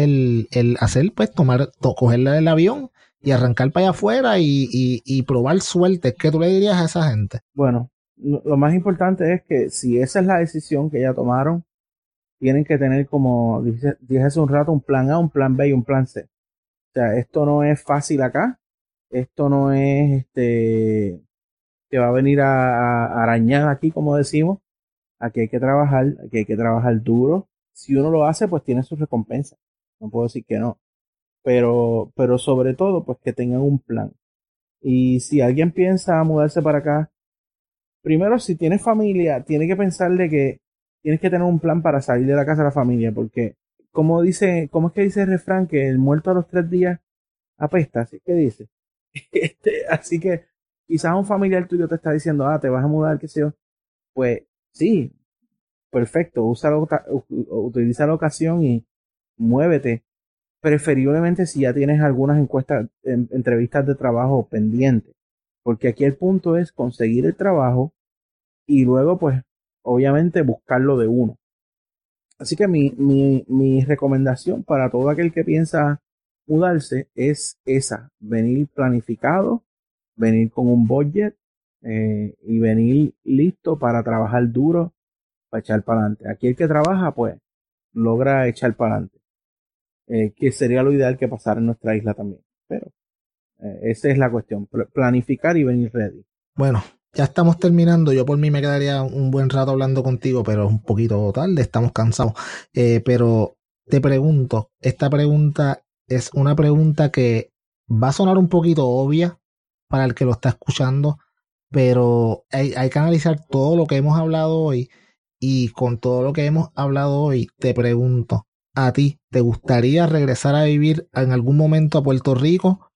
Speaker 1: cogerle el avión y arrancar para allá afuera y probar suerte. ¿Qué tú le dirías a esa gente?
Speaker 2: Bueno, lo más importante es que si esa es la decisión que ya tomaron, tienen que tener, como dije hace un rato, un plan A, un plan B y un plan C. O sea, esto no es fácil acá. Esto no es que va a venir a arañar aquí, como decimos. Aquí hay que trabajar duro. Si uno lo hace, pues tiene su recompensa. No puedo decir que no. Pero sobre todo, pues que tengan un plan. Y si alguien piensa mudarse para acá, primero, si tienes familia, tiene que pensar de que tienes que tener un plan para salir de la casa de la familia, porque ¿cómo es que dice el refrán? Que el muerto a los 3 días apesta, así que dice. Así que quizás un familiar tuyo te está diciendo, te vas a mudar, qué sé yo. Pues sí, perfecto, utiliza la ocasión y muévete. Preferiblemente si ya tienes algunas entrevistas de trabajo pendientes. Porque aquí el punto es conseguir el trabajo y luego, pues, obviamente buscarlo de uno. Así que mi recomendación para todo aquel que piensa mudarse es esa, venir planificado, venir con un budget y venir listo para trabajar duro, para echar para adelante. Aquí el que trabaja, pues, logra echar para adelante, que sería lo ideal que pasara en nuestra isla también. Pero esa es la cuestión, planificar y venir ready.
Speaker 1: Bueno, ya estamos terminando. Yo por mí me quedaría un buen rato hablando contigo, pero es un poquito tarde, estamos cansados. Pero te pregunto, esta pregunta es una pregunta que va a sonar un poquito obvia para el que lo está escuchando, pero hay que analizar todo lo que hemos hablado hoy y con todo lo que hemos hablado hoy, te pregunto, ¿a ti te gustaría regresar a vivir en algún momento a Puerto Rico?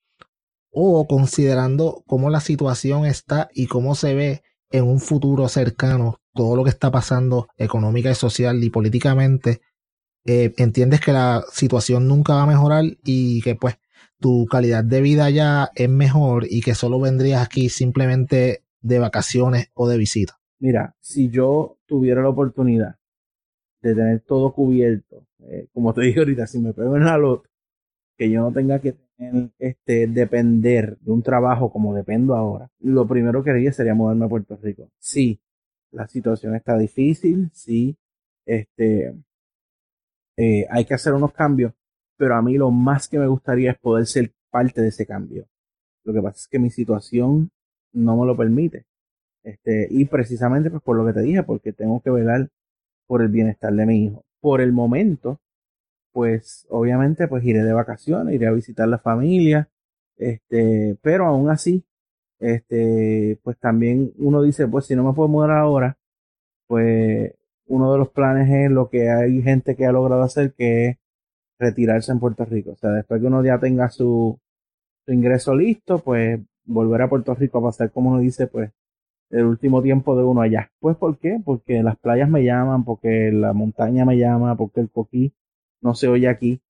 Speaker 1: O considerando cómo la situación está y cómo se ve en un futuro cercano todo lo que está pasando económica y social y políticamente, entiendes que la situación nunca va a mejorar y que pues tu calidad de vida ya es mejor y que solo vendrías aquí simplemente de vacaciones o de visita.
Speaker 2: Mira, si yo tuviera la oportunidad de tener todo cubierto, como te dije ahorita, si me pego en la loto, que yo no tenga que tener, depender de un trabajo como dependo ahora, lo primero que haría sería mudarme a Puerto Rico. Sí, la situación está difícil, sí, este, hay que hacer unos cambios, pero a mí lo más que me gustaría es poder ser parte de ese cambio. Lo que pasa es que mi situación no me lo permite. Y precisamente pues por lo que te dije, porque tengo que velar por el bienestar de mi hijo. Por el momento, pues obviamente pues iré de vacaciones, iré a visitar la familia, pero aún así, pues también uno dice, pues si no me puedo mudar ahora, pues uno de los planes es lo que hay gente que ha logrado hacer, que es retirarse en Puerto Rico. O sea, después que uno ya tenga su ingreso listo, pues volver a Puerto Rico a pasar, como uno dice, pues el último tiempo de uno allá. Pues, ¿por qué? Porque las playas me llaman, porque la montaña me llama, porque el coquí no se oye aquí.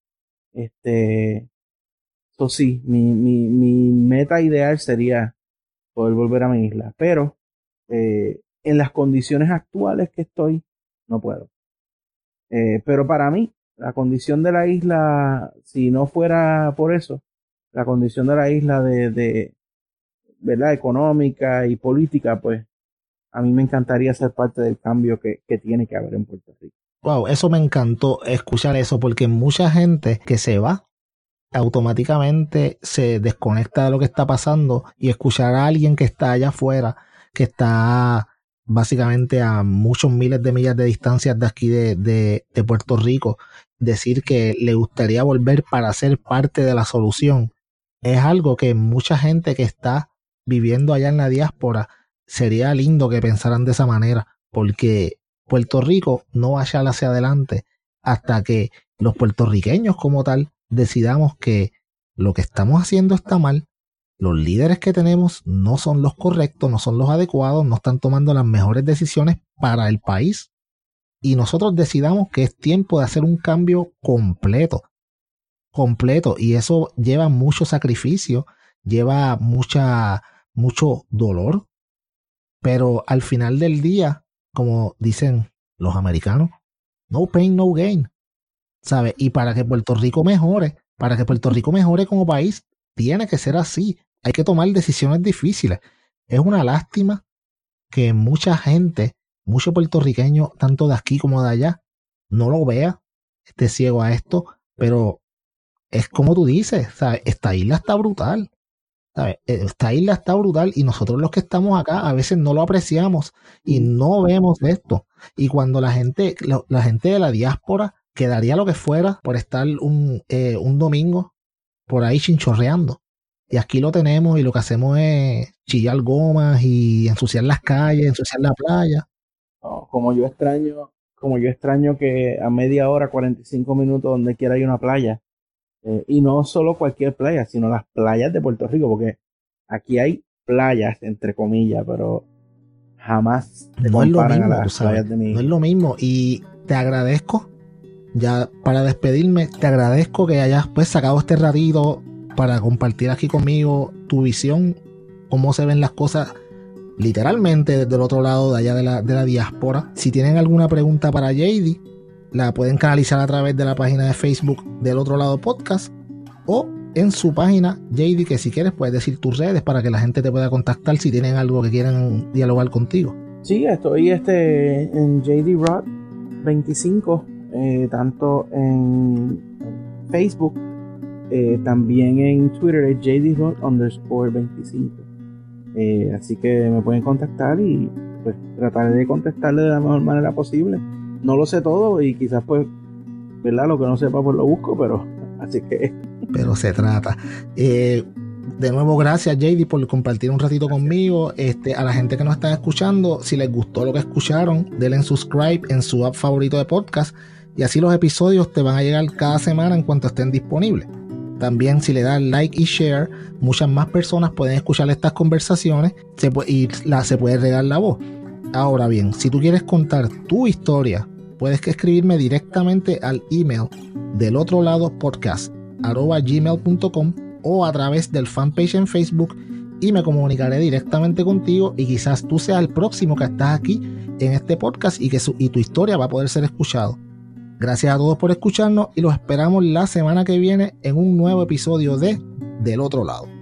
Speaker 2: Eso sí, mi meta ideal sería poder volver a mi isla, pero en las condiciones actuales que estoy, no puedo. Pero para mí, la condición de la isla, si no fuera por eso, la condición de la isla de ¿verdad? Económica y política, pues a mí me encantaría ser parte del cambio que tiene que haber en Puerto Rico.
Speaker 1: Wow, eso me encantó escuchar eso, porque mucha gente que se va automáticamente se desconecta de lo que está pasando, y escuchar a alguien que está allá afuera, que está básicamente a muchos miles de millas de distancia de aquí de Puerto Rico, decir que le gustaría volver para ser parte de la solución, es algo que mucha gente que está viviendo allá en la diáspora sería lindo que pensaran de esa manera, porque Puerto Rico no va a echar hacia adelante hasta que los puertorriqueños como tal decidamos que lo que estamos haciendo está mal, los líderes que tenemos no son los correctos, no son los adecuados, no están tomando las mejores decisiones para el país, y nosotros decidamos que es tiempo de hacer un cambio completo, y eso lleva mucho sacrificio, lleva mucho dolor, pero al final del día, como dicen los americanos, no pain, no gain. ¿Sabes? Y para que Puerto Rico mejore como país, tiene que ser así. Hay que tomar decisiones difíciles. Es una lástima que mucha gente, mucho puertorriqueño, tanto de aquí como de allá, no lo vea, esté ciego a esto, pero es como tú dices, ¿sabes? Esta isla está brutal. ¿Sabes? Esta isla está brutal, y nosotros los que estamos acá a veces no lo apreciamos y no vemos esto. Y cuando la gente de la diáspora quedaría lo que fuera por estar un domingo por ahí chinchorreando. Y aquí lo tenemos, y lo que hacemos es chillar gomas y ensuciar las calles, ensuciar la playa.
Speaker 2: No, como yo extraño que a media hora, 45 minutos, donde quiera hay una playa. Y no solo cualquier playa, sino las playas de Puerto Rico, porque aquí hay playas, entre comillas, pero jamás se comparan a las playas de mi isla.
Speaker 1: No es lo mismo, y te agradezco. Ya para despedirme, te agradezco que hayas pues sacado este ratito para compartir aquí conmigo tu visión, cómo se ven las cosas literalmente desde el otro lado de allá de la diáspora. Si tienen alguna pregunta para JD, la pueden canalizar a través de la página de Facebook del Otro Lado Podcast, o en su página, JD, que si quieres puedes decir tus redes para que la gente te pueda contactar si tienen algo que quieran dialogar contigo.
Speaker 2: Sí, estoy en JD Rod 25, tanto en Facebook, también en Twitter es JDRod_25. Así que me pueden contactar y pues trataré de contestarle de la mejor manera posible. No lo sé todo y quizás pues, ¿verdad? Lo que no sepa pues lo busco, pero así que...
Speaker 1: Pero se trata. De nuevo, gracias JD por compartir un ratito conmigo. A la gente que nos está escuchando, si les gustó lo que escucharon, denle en subscribe en su app favorito de podcast, y así los episodios te van a llegar cada semana en cuanto estén disponibles. También, si le das like y share, muchas más personas pueden escuchar estas conversaciones se puede regar la voz. Ahora bien, si tú quieres contar tu historia, puedes escribirme directamente al email del otro lado podcast@gmail.com, o a través del fanpage en Facebook, y me comunicaré directamente contigo, y quizás tú seas el próximo que estás aquí en este podcast y tu historia va a poder ser escuchado. Gracias a todos por escucharnos, y los esperamos la semana que viene en un nuevo episodio de Del Otro Lado.